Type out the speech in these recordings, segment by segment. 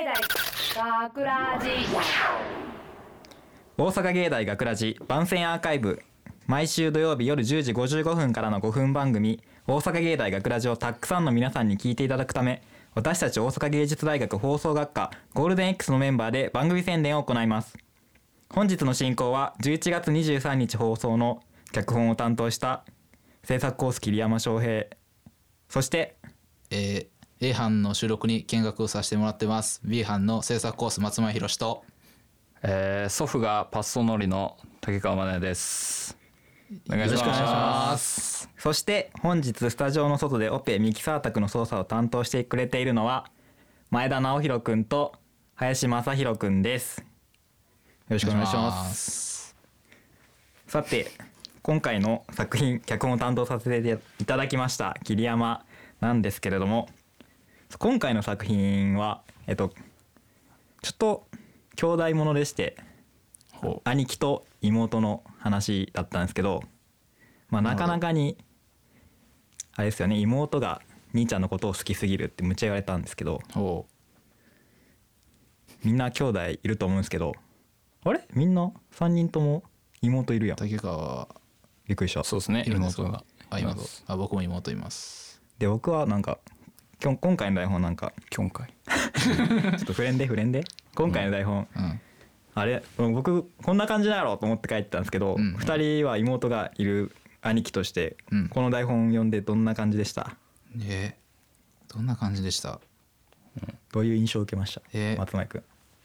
大学ラジ大阪芸大学ラジ番宣アーカイブ、毎週土曜日夜10時55分からの5分番組大阪芸大学ラジをたくさんの皆さんに聞いていただくため、私たち大阪芸術大学放送学科ゴールデン X のメンバーで番組宣伝を行います。本日の進行は11月23日放送の脚本を担当した制作コース桐山翔平、そして A 班の収録に見学をさせてもらってます B 班の制作コース松前博と、 祖父がパッソノリの竹川真奈です。お願いします。 そして本日スタジオの外でオペミキサー宅の操作を担当してくれているのは前田直弘くんと林正弘くんです。よろしくお願いします。さて今回の作品脚本を担当させていただきました桐山なんですけれども、今回の作品はちょっと兄弟ものでして、兄貴と妹の話だったんですけど、なかなかにあれですよね、妹が兄ちゃんのことを好きすぎるってむっちゃ言われたんですけど、みんな兄弟いると思うんですけど、あれみんな3人とも妹いるやん。 竹川はびっくりした。 そうですね、妹が僕も妹います。 で僕はなんか今回の台本なんか今回ちょっとフレンで今回の台本、あれ僕こんな感じだろうと思って書いてたんですけど、2人は妹がいる兄貴として、この台本読んでどんな感じでした？ どんな感じでした？ どういう印象を受けました？松前くん。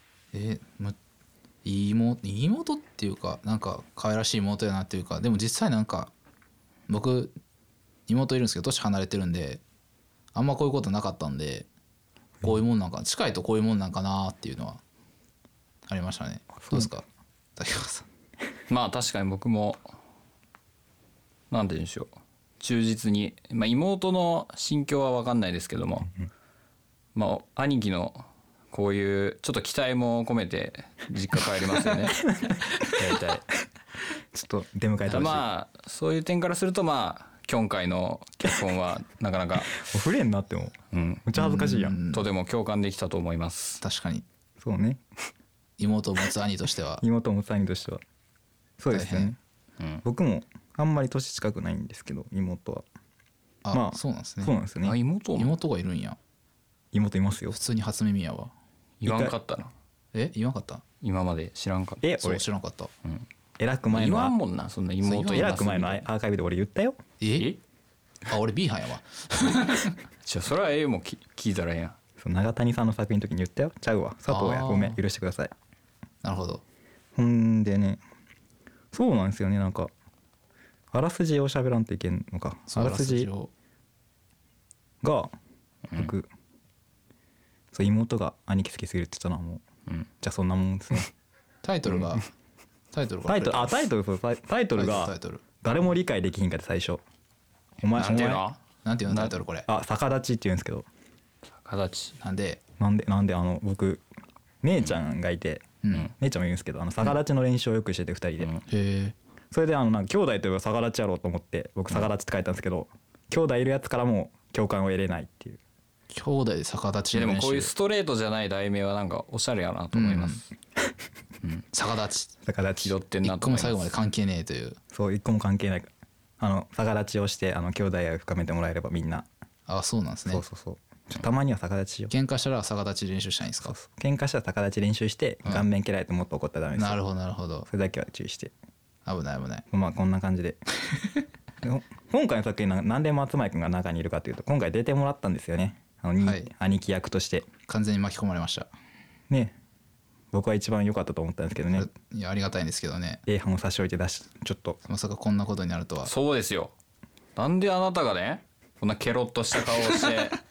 妹っていうかなんか可愛らしい妹やなっていうか、でも実際なんか僕妹いるんですけど年離れてるんであんまこういうことなかったんで、こういうもんなんか近いとこういうもんなんかなっていうのはありましたね。どうですか竹川さん？ まあ確かに僕もなんて言うんでしょう、忠実に、妹の心境は分かんないですけども、兄貴のこういうちょっと期待も込めて実家帰りますよね大体ちょっと出迎えてほしい。 そういう点からすると今回の脚本はなかなかフレンなってもめっちゃ恥ずかしいやん。 とても共感できたと思います。 確かにそうね、 妹を持つ兄としては妹を持つ兄としてはそうですね、僕もあんまり年近くないんですけど妹はそうなんですね。 そうなんですよね。 妹がいるんや。 妹いますよ。 普通に初耳やわ。 言わんかったな。 言わんかった？ 今まで知らんかった。 そう知らんかった。 えらく前の言わんもんな、そんな妹えらく前のアーカイブで俺言ったよ。 俺 B 班やわそれはもう聞いたらええやん。 そう長谷さんの作品の時に言ったよ。ちゃうわ佐藤や、ごめん許してください。 なるほど。 ほんでね、そうなんですよね、なんかあらすじを喋らんといけんのか。あらすじが僕、そう妹が兄貴好きすぎるって言ったのはもう、じゃあそんなもんですね。 タイトルがタイトルが誰も理解できひんかって最初。お前なんていうのタイトルこれ。 逆立ちって言うんですけど。 逆立ちなんで僕姉ちゃんがいて、姉ちゃんも言うんですけど逆立ちの練習をよくしてて2人で、それでなんか兄弟といえば逆立ちやろうと思って僕逆立ちって書いたんですけど、兄弟いるやつからも共感を得れないっていう。 兄弟で逆立ちの練習。 でもこういうストレートじゃない題名はなんかおしゃれやなと思います。 逆立ち気取ってんなと思います。 一個も最後まで関係ねえという。 そう一個も関係ない。逆立ちをして兄弟愛を深めてもらえればみんな。 そうなんですね。 そうたまには逆立ちを。 喧嘩したら逆立ち練習したいんですか？ 喧嘩したら逆立ち練習して顔面蹴られてもっと怒ったらダメです。なるほど。 それだけは注意して。 危ない。 こんな感じで今回の作品なんで松前くんが中にいるかというと、今回出てもらったんですよね、兄貴役として。 完全に巻き込まれましたね。僕は一番良かったと思ったんですけどね。 いやありがたいんですけどね。 A 班を差し置いてちょっとまさかこんなことになるとは。 そうですよ。なんであなたがねこんなケロッとした顔をして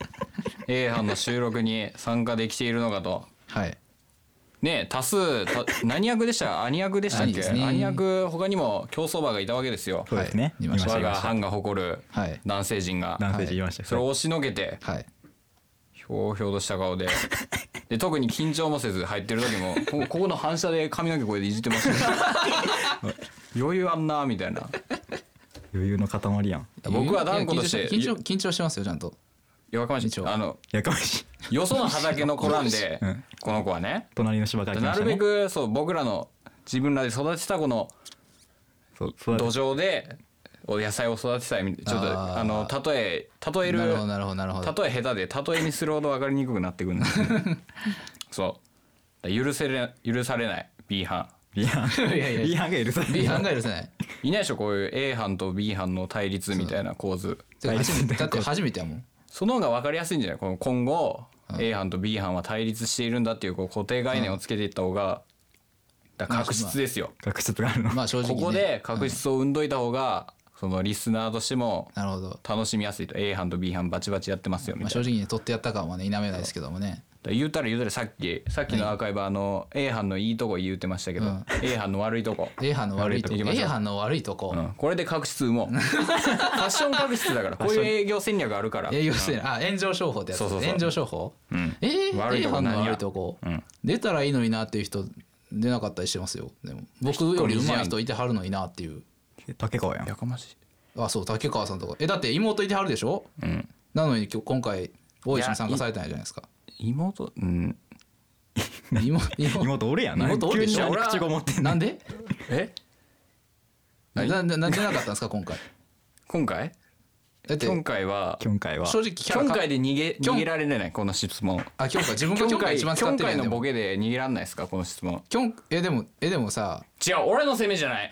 A 班の収録に参加できているのかと。ねえ何役でした？兄役でしたっけ？兄役他にも競走馬がいたわけですよ。 そうですね。 我が班が誇る男性陣が、 いました。 それを押しのけて、ひょうひょうとした顔で特に緊張もせず入ってる時もここの反射で髪の毛これでいじってましたね余裕あんなみたいな。 余裕の塊やん。 僕は断固として緊張してますよちゃんと。 やかましい。 やかましいよその畑の子なんで、 うんこの子はね隣の芝から来ましたね。 なるべくそう僕らの自分らで育てたこのそう土壌でお野菜を育てたいみたいなちょっと例えるなるほどなるほどなるほど。 例え下手で例えにするほど分かりにくくなってくるんですよそう許されない B 班 B 班いやいや B 班が許されない。 B 班が許せない。 いないでしょこういう A 班と B 班の対立みたいな構図だって初めてやもん。 その方が分かりやすいんじゃないこの今後 A 班と B 班は対立しているんだっていうこう固定概念をつけていった方がだから確執ですよ確執があるの。 まあ正直ね。 ここで確執を生んどいた方がそのリスナーとしてもなるほど。 楽しみやすいと A 班と B 班バチバチやってますよみまあたいな正直に取ってやった感はね否めないですけどもね。 言うたらさっきのアーカイブA 班のいいとこ言うてましたけど、A 班の悪いとこ A 班の悪いとこ。 行きましょう A 班の悪いとこ。 これで確執生もうファッション確執だからこういう営業戦略あるから営業してない。炎上商法ってやつ。 そう炎上商法。 悪い A とこ班の何や悪いとこ。出たらいいのになっていう人出なかったりしてますよ。でも僕より上手い人いてはるのになっていう。 竹川やん。 やかましいあ、そう竹川さんとか。だって妹いてはるでしょ。なのに今回大石に参加されたんじゃないですか。 妹妹おるやん。 妹おるでしょ。 急に口ごもってんねん。 なんで？ えなんでなかったんですか今回。 今回だって今回は今回は正直キャラ今回で逃げられないこの質問あ今回自分が今回一番使ってるやん。 今回のでもボケで逃げられないですかこの質問でもさ、 違う俺の責めじゃない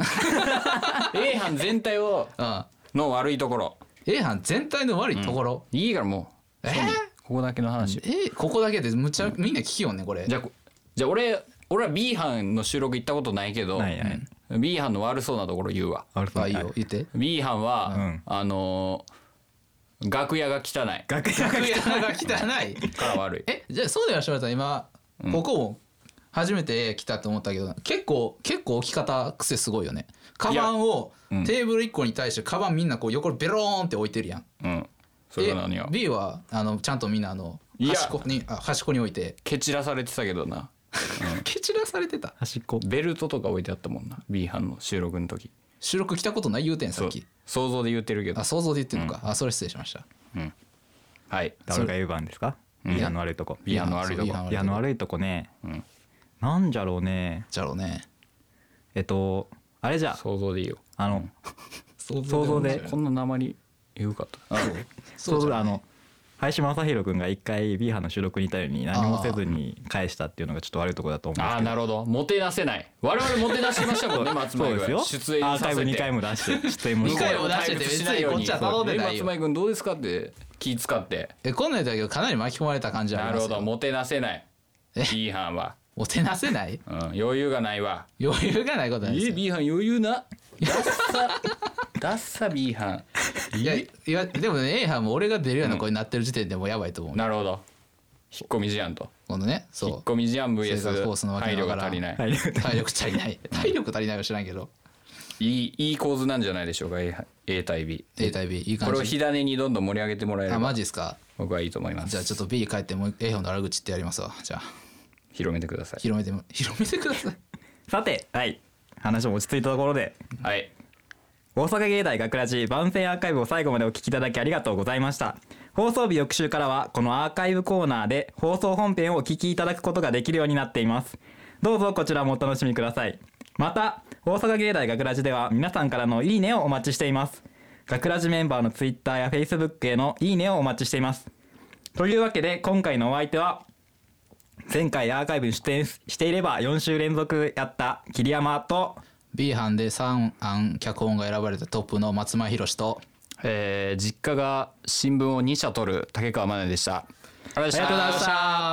A 班全体をの悪いところ A 班全体の悪いところ。 いいからもうここだけの話ここだけでむっちゃみんな聞きよんねこれ。 じゃあ俺は B 班の収録行ったことないけどないない B 班の悪そうなところ言うわあるあいいよ言って。 B 班はん楽屋が汚い楽屋楽屋が汚い。 から悪いじゃあそうではしまった今ここも初めて来たと思ったけど結構置き方癖すごいよね。カバンをテーブル1個に対してカバンみんなこう横にベローンって置いてるやん。 それは何よ B はちゃんとみんな端っこに置いて蹴散らされてたけどな蹴散らされてた。 端っこ。 ベルトとか置いてあったもんな B 班の収録の時収録来たことない言うてんさっき。 想像で言ってるけどあ想像で言ってるのか。あそれ失礼しました。 はい誰が言う番ですか。B 班の悪いとこ。 B 班の悪いとこ B 班いや悪いとこね。なんじゃろうね。 じゃろうね。 あれじゃ想像でいいよ想想像でこんな鉛言うかった想像で林正宏君が一回 B 班の収録にいたように何もせずに返したっていうのがちょっと悪いところだと思うんですけど。 ああなるほどもてなせない我々もてなしましたもんね松前君そうですよ。 出演させてアーカイブ2回も出して出演も 2 して回も出してて別にこっちは頼んでないよ。 松前君どうですかって気使ってこんなんやったけどかなり巻き込まれた感じありなますよ。 るほどもてなせないえ B 班はもてなせない。 余裕がないわ余裕がないことないですよ。 B 班余裕なダッサ B 班いやでもね A 班も俺が出るような子になってる時点でもうやばいと思う。 なるほど引っ込み思案とこのねそう引っ込み思案生活コースの VS 配慮わけだからが足りないはい体力足りない体力足りないは知らんけどいい構図なんじゃないでしょうか A 対 B A 対 B いいこれを感じ。 火種にどんどん盛り上げてもらえれあマばジですか。 僕はいいと思いますじゃあちょっと B 帰ってもう A 班の悪口ってやりますわ。じゃあ広めてください広めてください。 さて話も落ち着いたところではい大阪芸大学ラジ番宣アーカイブを最後までお聞きいただきありがとうございました。放送日翌週からはこのアーカイブコーナーで放送本編をお聞きいただくことができるようになっています。どうぞこちらもお楽しみください。また大阪芸大学ラジでは皆さんからのいいねをお待ちしています。学ラジメンバーのツイッターやフェイスブックへのいいねをお待ちしています。というわけで今回のお相手は前回アーカイブに出演していれば4週連続やった桐山と B 班で3案脚本が選ばれたトップの松前宏と実家が新聞を2社取る竹川真奈でした。ありがとうございました。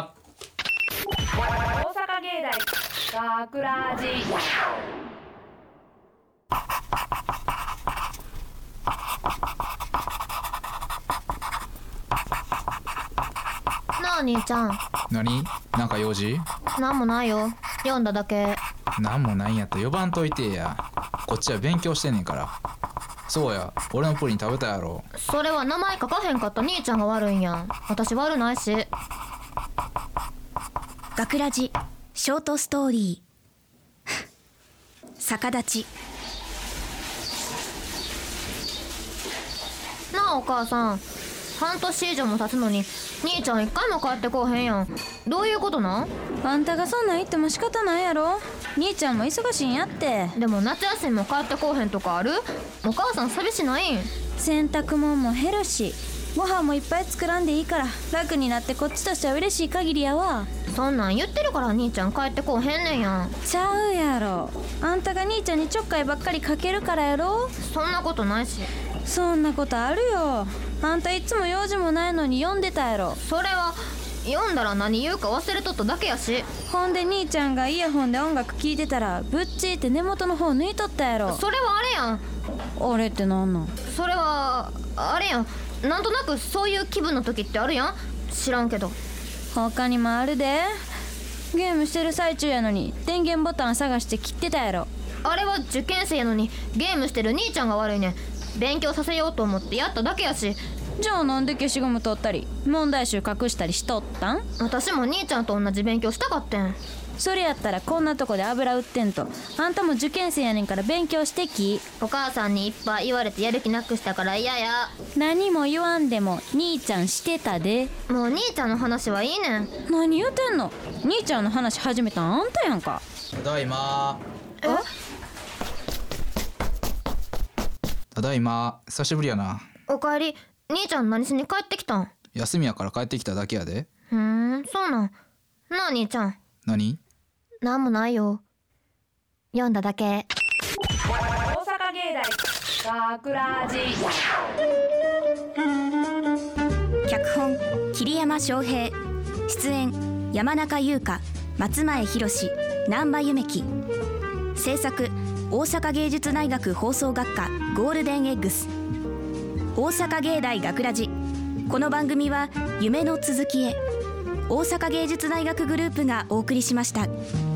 大阪芸大学ラジなあ兄ちゃん。 何なんか用事。 なんもないよ、読んだだけ。 なんもないんやったら呼ばんといてや。こっちは勉強してんねんから。そうや俺のプリン食べたやろ。 それは名前書かへんかった兄ちゃんが悪いんやん。私悪ないし。 学ラジショートストーリー逆立ち。 なあお母さん、 半年以上も経つのに兄ちゃん一回も帰ってこうへんやん。どういうことなん？ あんたがそんなん言っても仕方ないやろ。兄ちゃんも忙しいんやって。 でも夏休みも帰ってこうへんとかある？お母さん寂しないん？ 洗濯物も減るしご飯もいっぱい作らんでいいから楽になってこっちとしては嬉しい限りやわ。 そんなん言ってるから兄ちゃん帰ってこうへんねんやん。 ちゃうやろ。あんたが兄ちゃんにちょっかいばっかりかけるからやろ。 そんなことないし。 そんなことあるよ。あんたいつも用事もないのに読んでたやろ。 それは読んだら何言うか忘れとっただけやし。 ほんで兄ちゃんがイヤホンで音楽聴いてたらぶっちーって根元の方抜いとったやろ。 それはあれやん。 あれってなんなん？ それはあれやん。なんとなくそういう気分の時ってあるやん。知らんけど。 他にもあるで。ゲームしてる最中やのに電源ボタン探して切ってたやろ。 あれは受験生やのにゲームしてる兄ちゃんが悪いねん。勉強させようと思ってやっただけやし。 じゃあなんで消しゴム取ったり問題集隠したりしとったん？ 私も兄ちゃんと同じ勉強したかってん。 それやったらこんなとこで油売ってんと。あんたも受験生やねんから勉強してき。 お母さんにいっぱい言われてやる気なくしたから嫌や。 何も言わんでも兄ちゃんしてたで。 もう兄ちゃんの話はいいねん。 何言うてんの？兄ちゃんの話始めたんあんたやんか。 ただいま。 え？ ただいま。久しぶりやな。 おかえり。兄ちゃん何しに帰ってきたん？ 休みやから帰ってきただけやで。 そうなんなあ。兄ちゃん何？ なんもないよ。読んだだけ。 大阪芸大学ラジ。 脚本桐山翔平、出演山中優香、松前博史、難波夢樹、制作大阪芸術大学放送学科ゴールデンエッグス、大阪芸大学ラジ。この番組は夢の続きへ、大阪芸術大学グループがお送りしました。